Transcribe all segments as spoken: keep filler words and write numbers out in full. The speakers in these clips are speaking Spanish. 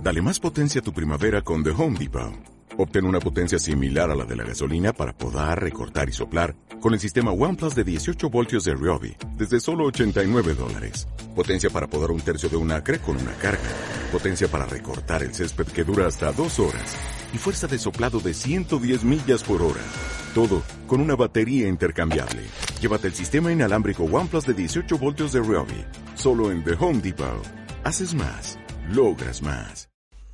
Dale más potencia a tu primavera con The Home Depot. Obtén una potencia similar a la de la gasolina para podar, recortar y soplar con el sistema OnePlus de dieciocho voltios de Ryobi desde solo ochenta y nueve dólares. Potencia para podar un tercio de un acre con una carga. Potencia para recortar el césped que dura hasta dos horas. Y fuerza de soplado de ciento diez millas por hora. Todo con una batería intercambiable. Llévate el sistema inalámbrico OnePlus de dieciocho voltios de Ryobi. Solo en The Home Depot. Haces más. Logras más.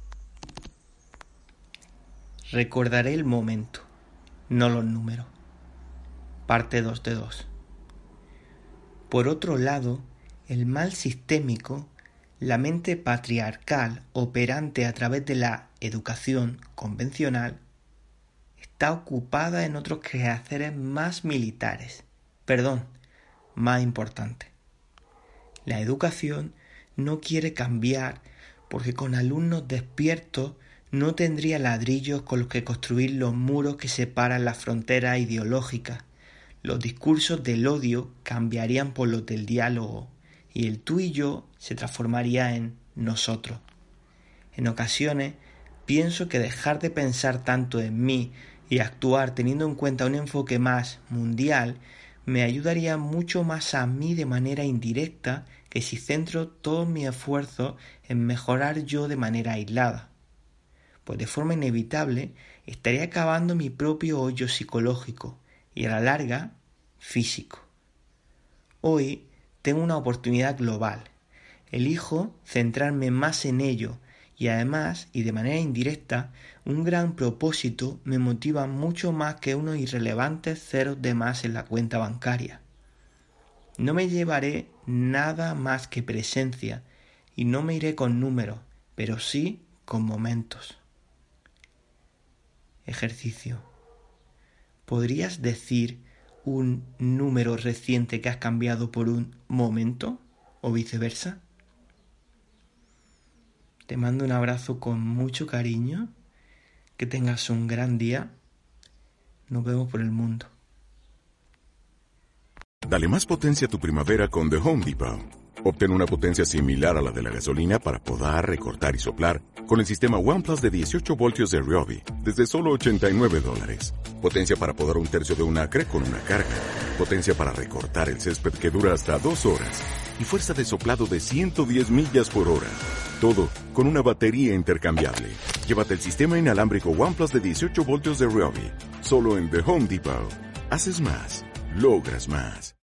Recordaré el momento, no los números. Parte dos de dos. Por otro lado, el mal sistémico, la mente patriarcal operante a través de la educación convencional, está ocupada en otros quehaceres más militares, perdón, más importantes. La educación no quiere cambiar porque con alumnos despiertos no tendría ladrillos con los que construir los muros que separan las fronteras ideológicas. Los discursos del odio cambiarían por los del diálogo y el tú y yo se transformaría en nosotros. En ocasiones pienso que dejar de pensar tanto en mí y actuar teniendo en cuenta un enfoque más mundial me ayudaría mucho más a mí de manera indirecta que si centro todos mis esfuerzos en mejorar yo de manera aislada. Pues de forma inevitable estaría acabando mi propio hoyo psicológico y a la larga físico. Hoy tengo una oportunidad global. Elijo centrarme más en ello y además, y de manera indirecta, un gran propósito me motiva mucho más que unos irrelevantes ceros de más en la cuenta bancaria. No me llevaré nada más que presencia y no me iré con números, pero sí con momentos. Ejercicio. ¿Podrías decir un número reciente que has cambiado por un momento o viceversa? Te mando un abrazo con mucho cariño. Que tengas un gran día. Nos vemos por el mundo. Dale más potencia a tu primavera con The Home Depot. Obtén una potencia similar a la de la gasolina para podar, recortar y soplar con el sistema OnePlus de dieciocho voltios de Ryobi desde solo ochenta y nueve dólares. Potencia para podar un tercio de un acre con una carga. Potencia para recortar el césped que dura hasta dos horas. Y fuerza de soplado de ciento diez millas por hora. Todo con una batería intercambiable. Llévate el sistema inalámbrico OnePlus de dieciocho voltios de Ryobi. Solo en The Home Depot. Haces más. Logras más.